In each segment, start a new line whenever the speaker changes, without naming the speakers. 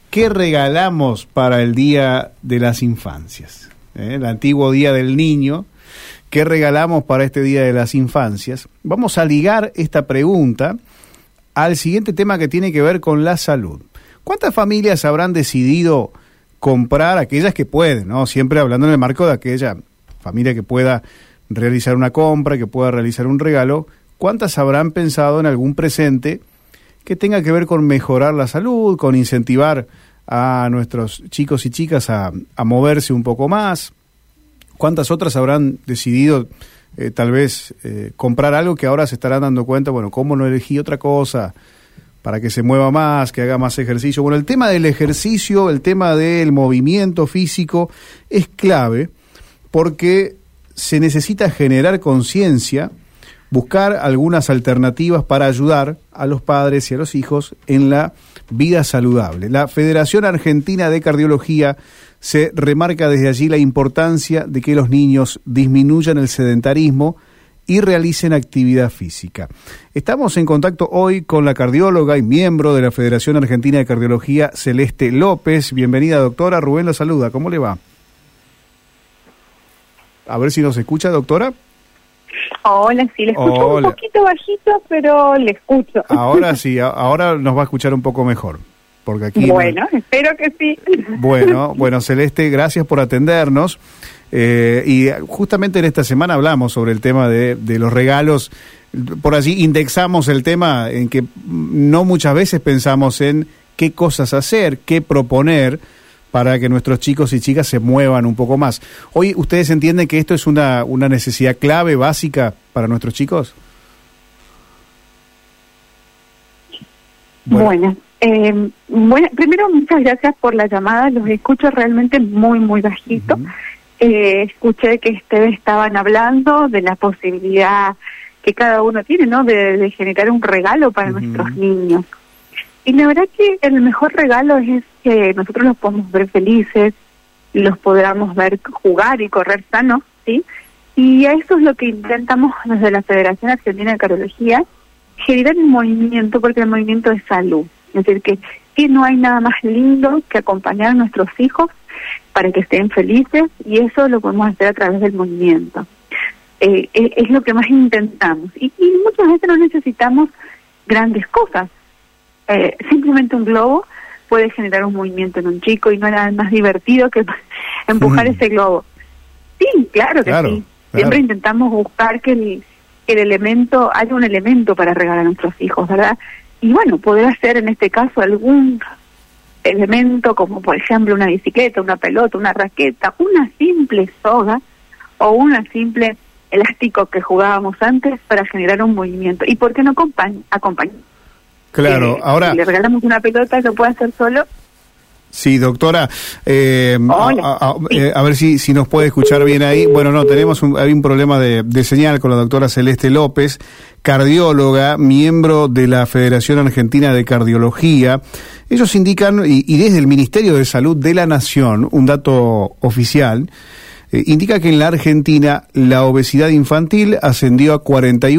¿qué regalamos para el Día de las Infancias? El antiguo Día del Niño. ¿Qué regalamos para este Día de las Infancias? Vamos a ligar esta pregunta al siguiente tema que tiene que ver con la salud. ¿Cuántas familias habrán decidido comprar, aquellas que pueden, ¿no? Siempre hablando en el marco de aquella familia que pueda realizar una compra, que pueda realizar un regalo? ¿Cuántas habrán pensado en algún presente que tenga que ver con mejorar la salud, con incentivar a nuestros chicos y chicas a moverse un poco más? ¿Cuántas otras habrán decidido tal vez comprar algo que ahora se estarán dando cuenta, bueno, cómo no elegí otra cosa para que se mueva más, que haga más ejercicio? Bueno, el tema del ejercicio, el tema del movimiento físico es clave porque se necesita generar conciencia, buscar algunas alternativas para ayudar a los padres y a los hijos en la vida saludable. La Federación Argentina de Cardiología se remarca desde allí la importancia de que los niños disminuyan el sedentarismo y realicen actividad física. Estamos en contacto hoy con la cardióloga y miembro de la Federación Argentina de Cardiología, Celeste López. Bienvenida, doctora. Rubén la saluda. ¿Cómo le va? A ver si nos escucha, doctora.
Hola, sí, le escucho un poquito bajito, pero le escucho.
Ahora sí, ahora nos va a escuchar un poco mejor. Porque aquí
bueno, espero que sí.
Bueno, Celeste, gracias por atendernos. Y justamente en esta semana hablamos sobre el tema de los regalos. Por allí indexamos el tema en que no muchas veces pensamos en qué cosas hacer, qué proponer para que nuestros chicos y chicas se muevan un poco más. Hoy, ¿ustedes entienden que esto es una necesidad clave, básica para nuestros chicos?
Bueno, primero muchas gracias por la llamada, los escucho realmente muy, muy bajito. Uh-huh. Escuché que ustedes estaban hablando de la posibilidad que cada uno tiene, ¿no?, de generar un regalo para uh-huh. nuestros niños. Y la verdad que el mejor regalo es que nosotros los podamos ver felices, los podamos ver jugar y correr sanos, ¿sí? Y eso es lo que intentamos desde la Federación Argentina de Cardiología, generar un movimiento, porque el movimiento es salud. Es decir, que no hay nada más lindo que acompañar a nuestros hijos para que estén felices, y eso lo podemos hacer a través del movimiento. Es lo que más intentamos. Y muchas veces no necesitamos grandes cosas. Simplemente un globo puede generar un movimiento en un chico, y no hay nada más divertido que empujar ese globo. Sí, claro que sí. Siempre intentamos buscar que el elemento, haya un elemento para regalar a nuestros hijos, ¿verdad? Y bueno, poder hacer en este caso algún elemento como por ejemplo una bicicleta, una pelota, una raqueta, una simple soga o una simple elástico que jugábamos antes para generar un movimiento. ¿Y por qué no acompañar?
Claro, ahora...
Si le regalamos una pelota, ¿lo puede hacer solo?
Sí, doctora, a ver si nos puede escuchar bien ahí. Bueno, no, hay un problema de señal con la doctora Celeste López, cardióloga, miembro de la Federación Argentina de Cardiología. Ellos indican, y desde el Ministerio de Salud de la Nación, un dato oficial, indica que en la Argentina la obesidad infantil ascendió a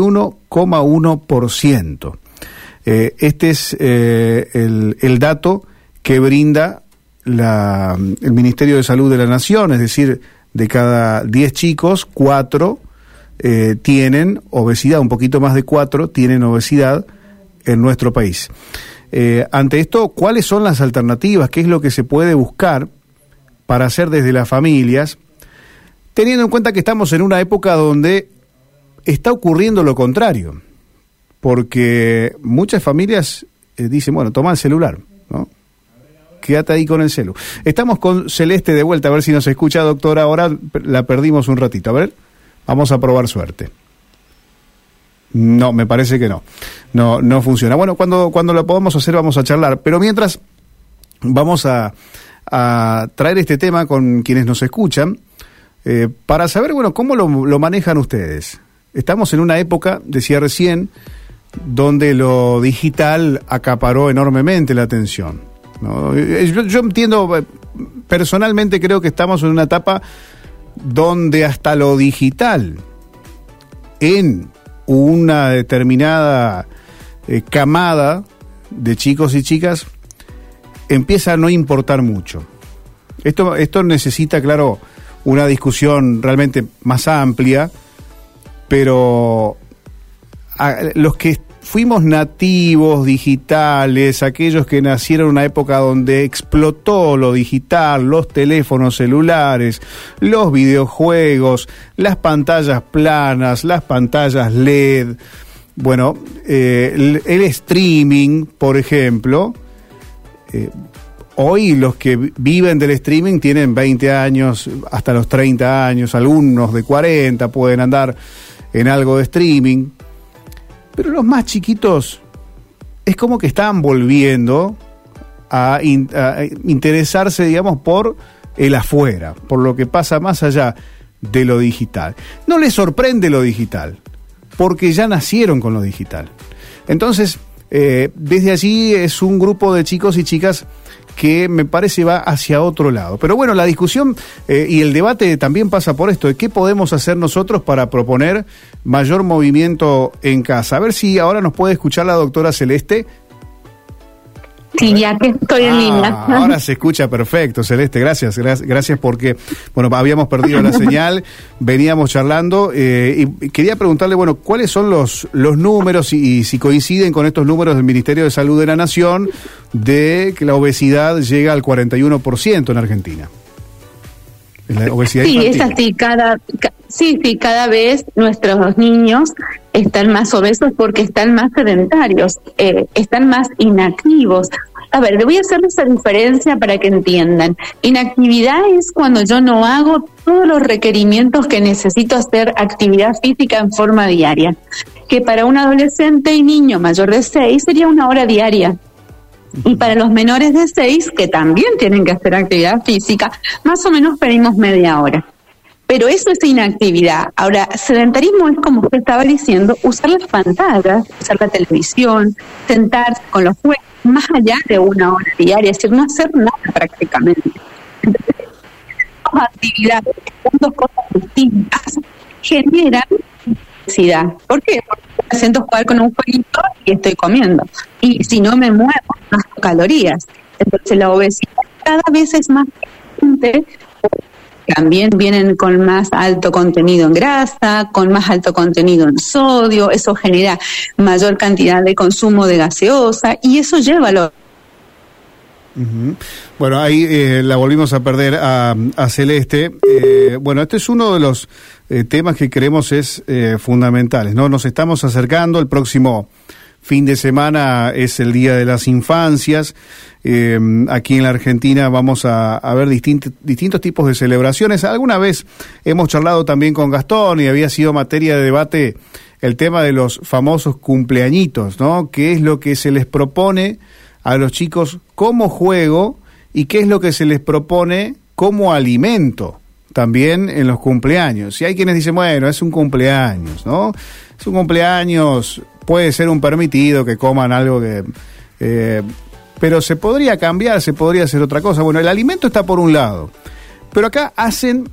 41,1%. Este es el dato que brinda el Ministerio de Salud de la Nación, es decir, de cada 10 chicos, 4 tienen obesidad, un poquito más de 4 tienen obesidad en nuestro país. Ante esto, ¿cuáles son las alternativas? ¿Qué es lo que se puede buscar para hacer desde las familias, teniendo en cuenta que estamos en una época donde está ocurriendo lo contrario? Porque muchas familias dicen, bueno, toma el celular, ¿no? Quédate ahí con el celu. Estamos con Celeste de vuelta, a ver si nos escucha, doctora. Ahora la perdimos un ratito. A ver, vamos a probar suerte. No, me parece que no funciona. Bueno, cuando lo podamos hacer vamos a charlar. Pero mientras vamos a traer este tema con quienes nos escuchan para saber, bueno, cómo lo manejan ustedes. Estamos en una época, decía recién, donde lo digital acaparó enormemente la atención, ¿no? Yo entiendo, personalmente creo que estamos en una etapa donde hasta lo digital en una determinada camada de chicos y chicas empieza a no importar mucho. Esto necesita, claro, una discusión realmente más amplia, pero los que fuimos nativos digitales, aquellos que nacieron en una época donde explotó lo digital, los teléfonos celulares, los videojuegos, las pantallas planas, las pantallas LED, bueno, el streaming, por ejemplo, hoy los que viven del streaming tienen 20 años, hasta los 30 años, algunos de 40 pueden andar en algo de streaming, pero los más chiquitos es como que están volviendo a interesarse, digamos, por el afuera, por lo que pasa más allá de lo digital. No les sorprende lo digital, porque ya nacieron con lo digital. Entonces, desde allí es un grupo de chicos y chicas que me parece va hacia otro lado. Pero bueno, la discusión y el debate también pasa por esto, de qué podemos hacer nosotros para proponer mayor movimiento en casa. A ver si ahora nos puede escuchar la doctora Celeste.
Sí, ya que estoy en línea.
Ahora se escucha perfecto, Celeste, gracias porque, bueno, habíamos perdido la señal, veníamos charlando y quería preguntarle, bueno, ¿cuáles son los números y si coinciden con estos números del Ministerio de Salud de la Nación de que la obesidad llega al 41% en Argentina? La obesidad infantil.
Es así, cada vez nuestros niños están más obesos porque están más sedentarios, están más inactivos. A ver, le voy a hacer esa diferencia para que entiendan. Inactividad es cuando yo no hago todos los requerimientos que necesito hacer actividad física en forma diaria, que para un adolescente y niño mayor de 6 sería 1 hora diaria. Y para los menores de 6, que también tienen que hacer actividad física, más o menos pedimos media hora. Pero eso es inactividad. Ahora, sedentarismo es, como usted estaba diciendo, usar las pantallas, usar la televisión, sentarse con los juegos, más allá de 1 hora diaria, es decir, no hacer nada prácticamente. Entonces, las actividades, son 2 cosas distintas, generan obesidad. ¿Por qué? Porque estoy haciendo jugar con un jueguito y estoy comiendo. Y si no me muevo, no gasto calorías. Entonces, la obesidad cada vez es más frecuente. También vienen con más alto contenido en grasa, con más alto contenido en sodio, eso genera mayor cantidad de consumo de gaseosa y eso lleva a lo...
Uh-huh. Bueno, ahí la volvimos a perder a Celeste. Bueno, este es uno de los temas que creemos es fundamentales, ¿no? Nos estamos acercando, el próximo fin de semana es el Día de las Infancias. Aquí en la Argentina vamos a ver distintos tipos de celebraciones. Alguna vez hemos charlado también con Gastón y había sido materia de debate el tema de los famosos cumpleañitos, ¿no? ¿Qué es lo que se les propone a los chicos como juego y qué es lo que se les propone como alimento también en los cumpleaños? Y hay quienes dicen, bueno, es un cumpleaños, ¿no? Es un cumpleaños, puede ser un permitido que coman algo que... pero se podría cambiar, se podría hacer otra cosa. Bueno, el alimento está por un lado, pero acá hacen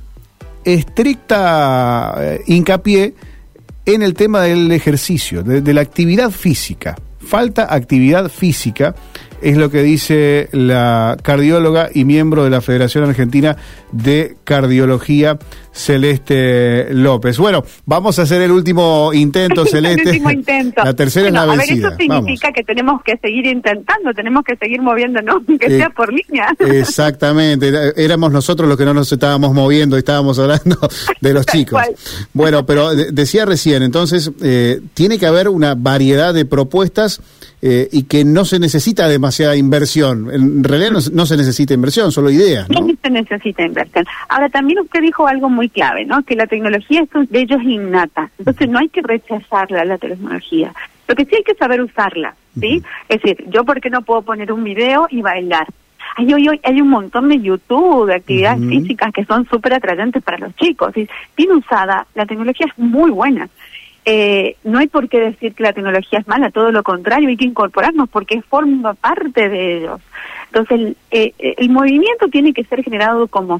estricta hincapié en el tema del ejercicio, de la actividad física. Falta actividad física, es lo que dice la cardióloga y miembro de la Federación Argentina de Cardiología, Celeste López. Bueno, vamos a hacer el último intento, Celeste.
El último intento.
La tercera es la vencida.
A ver, eso significa que tenemos que seguir intentando, tenemos que seguir moviéndonos, que sea por línea.
Exactamente, éramos nosotros los que no nos estábamos moviendo, estábamos hablando de los chicos. Bueno, pero decía recién, entonces, tiene que haber una variedad de propuestas y que no se necesita demasiada inversión. En realidad no se necesita inversión, solo ideas, ¿no?
No se necesita inversión. Ahora, también usted dijo algo muy clave, ¿no? Que la tecnología de ellos es innata. Entonces, no hay que rechazarla, la tecnología. Lo que sí hay que saber usarla, ¿sí? Es decir, yo, ¿por qué no puedo poner un video y bailar? Hoy hay un montón de YouTube, de actividades físicas que son súper atrayentes para los chicos. Y bien usada, la tecnología es muy buena. No hay por qué decir que la tecnología es mala, todo lo contrario, hay que incorporarnos porque forma parte de ellos. Entonces, el movimiento tiene que ser generado como sea.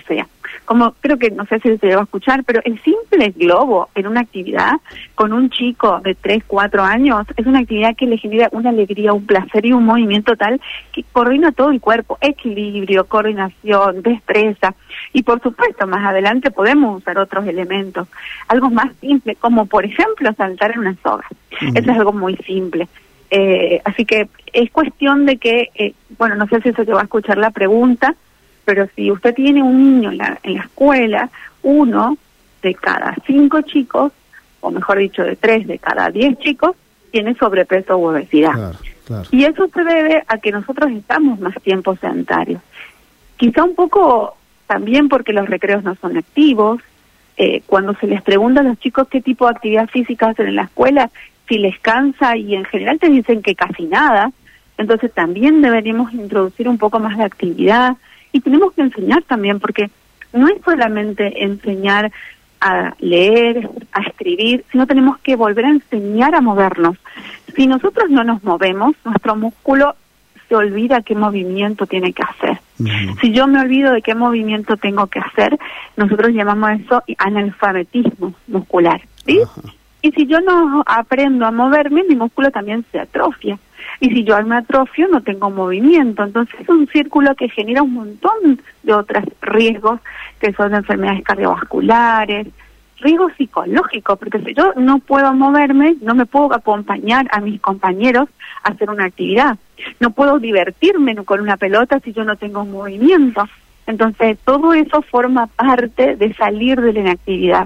como creo que no sé si se va a escuchar, pero el simple globo en una actividad con un chico de 3, 4 años es una actividad que le genera una alegría, un placer y un movimiento tal que coordina todo el cuerpo, equilibrio, coordinación, destreza, y por supuesto más adelante podemos usar otros elementos, algo más simple, como por ejemplo saltar en una soga. Eso es algo muy simple. Así que es cuestión de que, bueno, no sé si se va a escuchar la pregunta, pero si usted tiene un niño en la escuela, 1 de cada 5 chicos, o mejor dicho, de 3 de cada 10 chicos, tiene sobrepeso u obesidad.
Claro, claro.
Y eso se debe a que nosotros estamos más tiempo sedentarios. Quizá un poco también porque los recreos no son activos. Cuando se les pregunta a los chicos qué tipo de actividad física hacen en la escuela, si les cansa, y en general te dicen que casi nada, entonces también deberíamos introducir un poco más de actividad, y tenemos que enseñar también, porque no es solamente enseñar a leer, a escribir, sino tenemos que volver a enseñar a movernos. Si nosotros no nos movemos, nuestro músculo se olvida qué movimiento tiene que hacer. Si yo me olvido de qué movimiento tengo que hacer, nosotros llamamos eso analfabetismo muscular, ¿sí? Y si yo no aprendo a moverme, mi músculo también se atrofia. Y si yo me atrofio, no tengo movimiento. Entonces es un círculo que genera un montón de otros riesgos, que son enfermedades cardiovasculares, riesgos psicológicos, porque si yo no puedo moverme, no me puedo acompañar a mis compañeros a hacer una actividad. No puedo divertirme con una pelota si yo no tengo movimiento. Entonces todo eso forma parte de salir de la inactividad.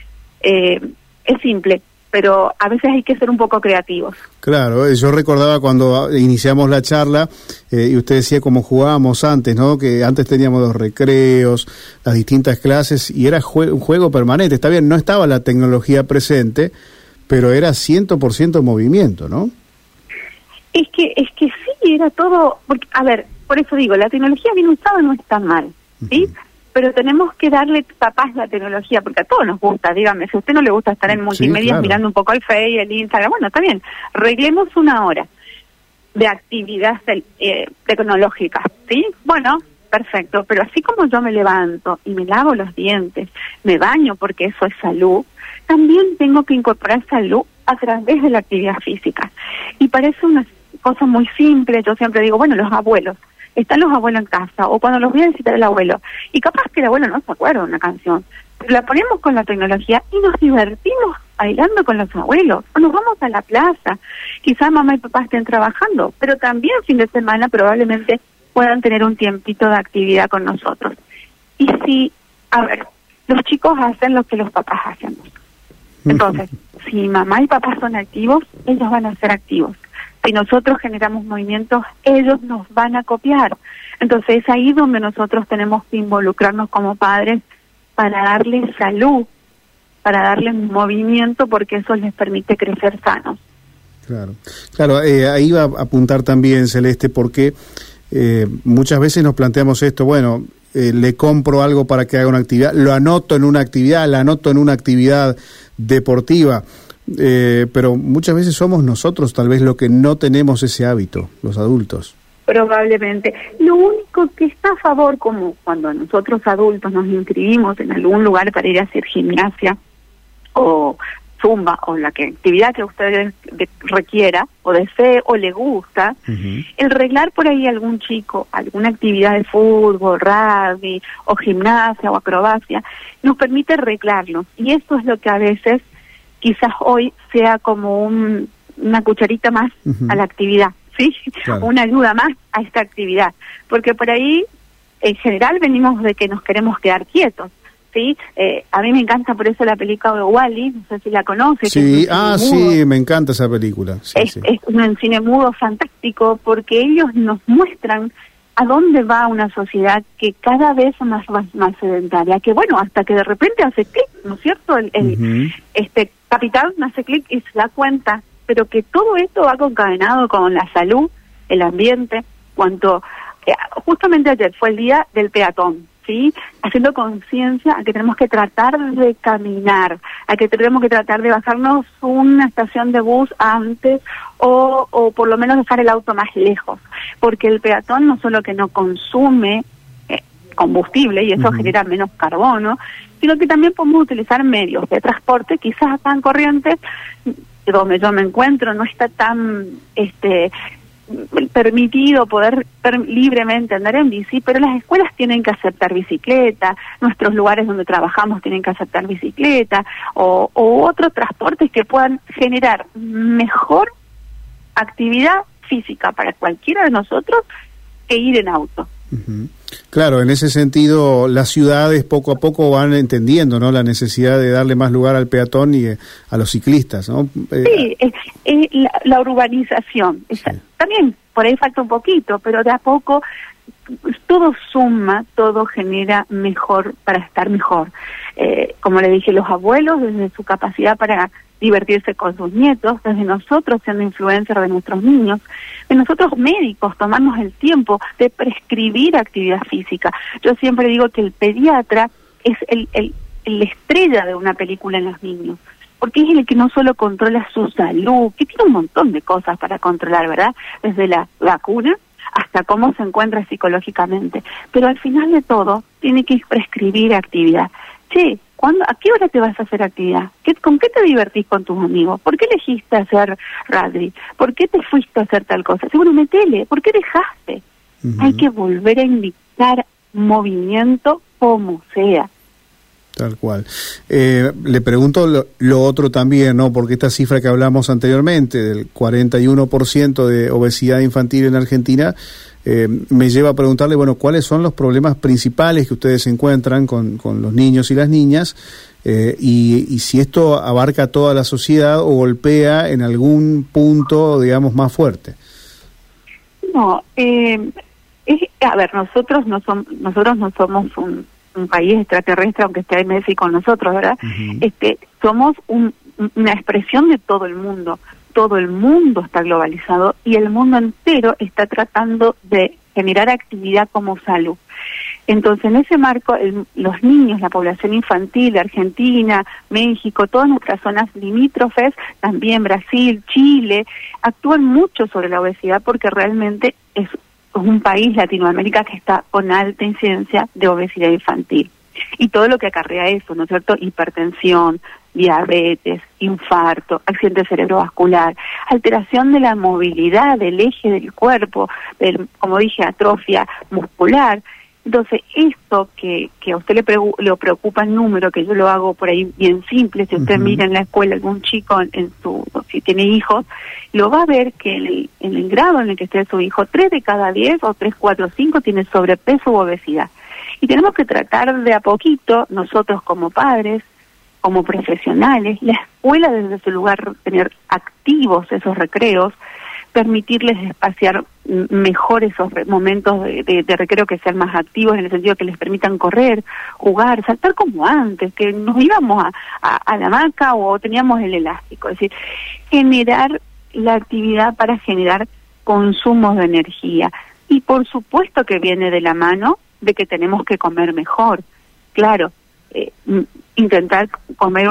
Es simple, pero a veces hay que ser un poco creativos.
Claro, yo recordaba cuando iniciamos la charla, y usted decía cómo jugábamos antes, ¿no? Que antes teníamos los recreos, las distintas clases, y era un juego permanente. Está bien, no estaba la tecnología presente, pero era 100% movimiento, ¿no?
Es que sí, era todo, porque, a ver, por eso digo, la tecnología bien usada no está mal, ¿sí? Pero tenemos que darle papás la tecnología, porque a todos nos gusta, dígame, si a usted no le gusta estar en multimedia, sí, claro, mirando un poco el Face, el Instagram, bueno, está bien, reglemos 1 hora de actividad tecnológica, ¿sí? Bueno, perfecto, pero así como yo me levanto y me lavo los dientes, me baño porque eso es salud, también tengo que incorporar salud a través de la actividad física. Y parece una cosa muy simple, yo siempre digo, bueno, los abuelos, están los abuelos en casa, o cuando los voy a visitar el abuelo, y capaz que el abuelo no se acuerda de una canción, pero la ponemos con la tecnología y nos divertimos bailando con los abuelos, o nos vamos a la plaza, quizás mamá y papá estén trabajando, pero también fin de semana probablemente puedan tener un tiempito de actividad con nosotros. Y si, a ver, los chicos hacen lo que los papás hacen. Entonces, si mamá y papá son activos, ellos van a ser activos. Si nosotros generamos movimientos, ellos nos van a copiar. Entonces es ahí donde nosotros tenemos que involucrarnos como padres para darles salud, para darles movimiento, porque eso les permite crecer sanos.
Claro, ahí va a apuntar también, Celeste, porque muchas veces nos planteamos esto, bueno, le compro algo para que haga una actividad, lo anoto en una actividad, la anoto en una actividad deportiva, pero muchas veces somos nosotros tal vez lo que no tenemos ese hábito, los adultos. Probablemente.
Lo único que está a favor, como cuando nosotros adultos nos inscribimos en algún lugar para ir a hacer gimnasia o zumba o la actividad que usted requiera o desee o le gusta, el reglar por ahí a algún chico alguna actividad de fútbol, rugby o gimnasia o acrobacia nos permite reglarlo, y eso es lo que a veces quizás hoy sea como una cucharita más a la actividad, ¿sí? Claro. Una ayuda más a esta actividad, porque por ahí en general venimos de que nos queremos quedar quietos, ¿sí? A mí me encanta por eso la película de WALL-E, no sé si la conoce.
Sí, sí, me encanta esa película. Sí,
es un cine mudo fantástico, porque ellos nos muestran a dónde va una sociedad que cada vez más sedentaria, que bueno, hasta que de repente hace clic, ¿no es cierto? Este capitán hace clic y se da cuenta, pero que todo esto va concadenado con la salud, el ambiente, justamente ayer fue el día del peatón, ¿sí? Haciendo conciencia a que tenemos que tratar de caminar, a que tenemos que tratar de bajarnos una estación de bus antes o por lo menos dejar el auto más lejos, porque el peatón no solo que no consume combustible y eso genera menos carbono, sino que también podemos utilizar medios de transporte, quizás acá en Corrientes, donde yo me encuentro, no está tan permitido poder libremente andar en bici, pero las escuelas tienen que aceptar bicicleta, nuestros lugares donde trabajamos tienen que aceptar bicicleta, o otros transportes que puedan generar mejor actividad física para cualquiera de nosotros que ir en auto.
Uh-huh. Claro, en ese sentido las ciudades poco a poco van entendiendo, ¿no?, la necesidad de darle más lugar al peatón y a los ciclistas, ¿no?
Sí, la urbanización. Sí. También por ahí falta un poquito, pero de a poco todo suma, todo genera mejor para estar mejor. Como le dije, los abuelos desde su capacidad para divertirse con sus nietos, desde nosotros siendo influencers de nuestros niños, de nosotros médicos tomarnos el tiempo de prescribir actividad física. Yo siempre digo que el pediatra es el estrella de una película en los niños, porque es el que no solo controla su salud, que tiene un montón de cosas para controlar, ¿verdad? Desde la vacuna hasta cómo se encuentra psicológicamente, pero al final de todo tiene que prescribir actividad. Che, ¿a qué hora te vas a hacer actividad? ¿Con qué te divertís con tus amigos? ¿Por qué elegiste hacer rugby? ¿Por qué te fuiste a hacer tal cosa? Seguro, metele. ¿Por qué dejaste? Uh-huh. Hay que volver a indicar movimiento como sea.
Tal cual. Le pregunto lo otro también, ¿no? Porque esta cifra que hablamos anteriormente, del 41% de obesidad infantil en Argentina, me lleva a preguntarle, bueno, ¿cuáles son los problemas principales que ustedes encuentran con los niños y las niñas? Y si esto abarca a toda la sociedad o golpea en algún punto, digamos, más fuerte.
No, a ver, nosotros no somos un país extraterrestre, aunque esté Messi con nosotros, ¿verdad? Uh-huh. Somos una expresión de todo el mundo. Todo el mundo está globalizado y el mundo entero está tratando de generar actividad como salud. Entonces, en ese marco, los niños, la población infantil de Argentina, México, todas nuestras zonas limítrofes, también Brasil, Chile, actúan mucho sobre la obesidad porque realmente es un país, Latinoamérica, que está con alta incidencia de obesidad infantil. Y todo lo que acarrea eso, ¿no es cierto? Hipertensión, diabetes, infarto, accidente cerebrovascular, alteración de la movilidad del eje del cuerpo, como dije, atrofia muscular. Entonces, esto que a usted le preocupa el número, que yo lo hago por ahí bien simple, si usted mira en la escuela algún chico si tiene hijos, lo va a ver que en el grado en el que esté su hijo, 3 de cada 10 o 3, 4, 5 tiene sobrepeso u obesidad. Y tenemos que tratar de a poquito, nosotros como padres, como profesionales, la escuela desde su lugar, tener activos esos recreos, permitirles espaciar mejor esos momentos de recreo que sean más activos, en el sentido que les permitan correr, jugar, saltar como antes, que nos íbamos a la hamaca o teníamos el elástico. Es decir, generar la actividad para generar consumos de energía. Y por supuesto que viene de la mano de que tenemos que comer mejor. Claro, intentar comer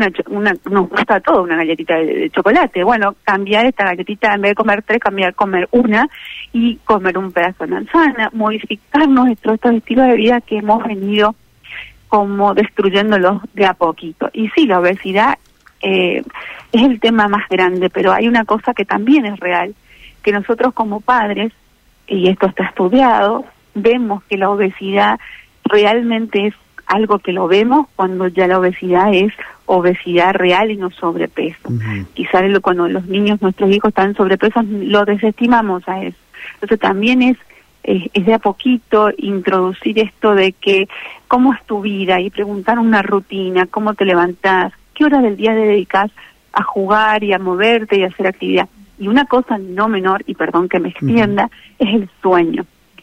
nos gusta todo, una galletita de chocolate. Bueno, cambiar esta galletita, en vez de comer 3, comer una y comer un pedazo de manzana, modificar estos estilos de vida que hemos venido como destruyéndolos de a poquito. Y sí, la obesidad es el tema más grande, pero hay una cosa que también es real, que nosotros como padres, y esto está estudiado, vemos que la obesidad realmente es algo que lo vemos cuando ya la obesidad es obesidad real y no sobrepeso. Uh-huh. Quizás cuando los niños, nuestros hijos están sobrepeso, lo desestimamos a eso. Entonces también es de a poquito introducir esto de que cómo es tu vida y preguntar una rutina, cómo te levantás, qué horas del día te dedicas a jugar y a moverte y a hacer actividad. Y una cosa no menor, y perdón que me extienda, es el sueño.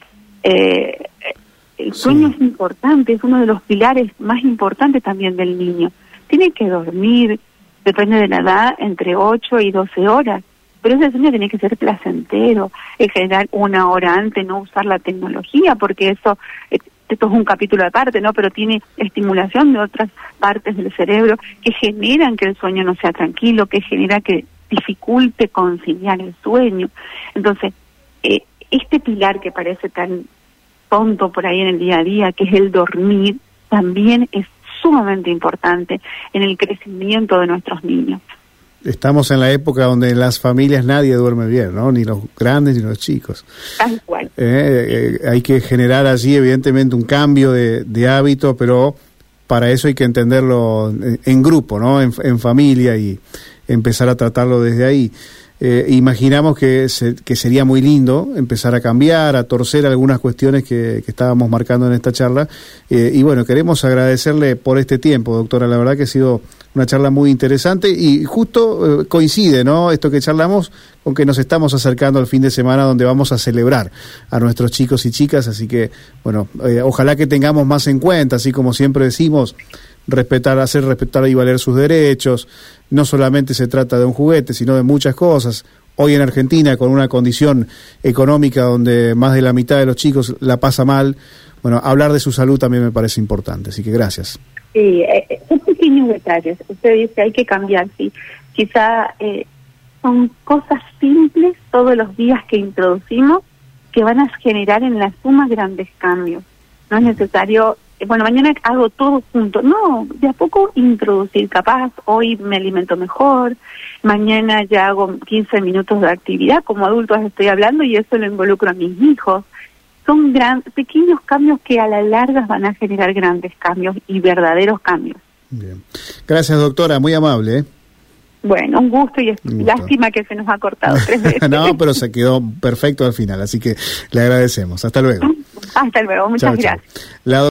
El sueño es importante, es uno de los pilares más importantes también del niño. Tiene que dormir, depende de la edad, entre 8 y 12 horas, pero ese sueño tiene que ser placentero, en general 1 hora antes, no usar la tecnología, porque esto es un capítulo aparte, ¿no? Pero tiene estimulación de otras partes del cerebro que generan que el sueño no sea tranquilo, que genera que dificulte conciliar el sueño. Entonces, este pilar que parece tan tonto por ahí en el día a día, que es el dormir, también es sumamente importante en el crecimiento de nuestros niños.
Estamos en la época donde en las familias nadie duerme bien, ¿no? Ni los grandes ni los chicos.
Tal cual.
Hay que generar allí, evidentemente, un cambio de hábito, pero para eso hay que entenderlo en grupo, ¿no? En familia, y empezar a tratarlo desde ahí. Imaginamos que sería muy lindo empezar a cambiar, a torcer algunas cuestiones que estábamos marcando en esta charla. Y bueno, queremos agradecerle por este tiempo, doctora. La verdad que ha sido una charla muy interesante y justo coincide, ¿no?, esto que charlamos con que nos estamos acercando al fin de semana donde vamos a celebrar a nuestros chicos y chicas. Así que, bueno, ojalá que tengamos más en cuenta, así como siempre decimos, hacer respetar y valer sus derechos. No solamente se trata de un juguete, sino de muchas cosas. Hoy en Argentina, con una condición económica donde más de la mitad de los chicos la pasa mal, bueno, hablar de su salud también me parece importante, así que gracias.
Sí, son pequeños detalles. Usted dice, hay que cambiar, sí. Quizá son cosas simples todos los días que introducimos que van a generar en la suma grandes cambios. No es necesario, bueno, mañana hago todo junto. No, de a poco introducir. Capaz hoy me alimento mejor, mañana ya hago 15 minutos de actividad. Como adultos estoy hablando y eso lo involucro a mis hijos. Son pequeños cambios que a la larga van a generar grandes cambios y verdaderos cambios.
Bien. Gracias, doctora, muy amable, ¿eh?
Bueno, un gusto y lástima que se nos ha cortado 3 veces.
No, pero se quedó perfecto al final, así que le agradecemos. Hasta luego.
Hasta luego, muchas gracias.
Chau.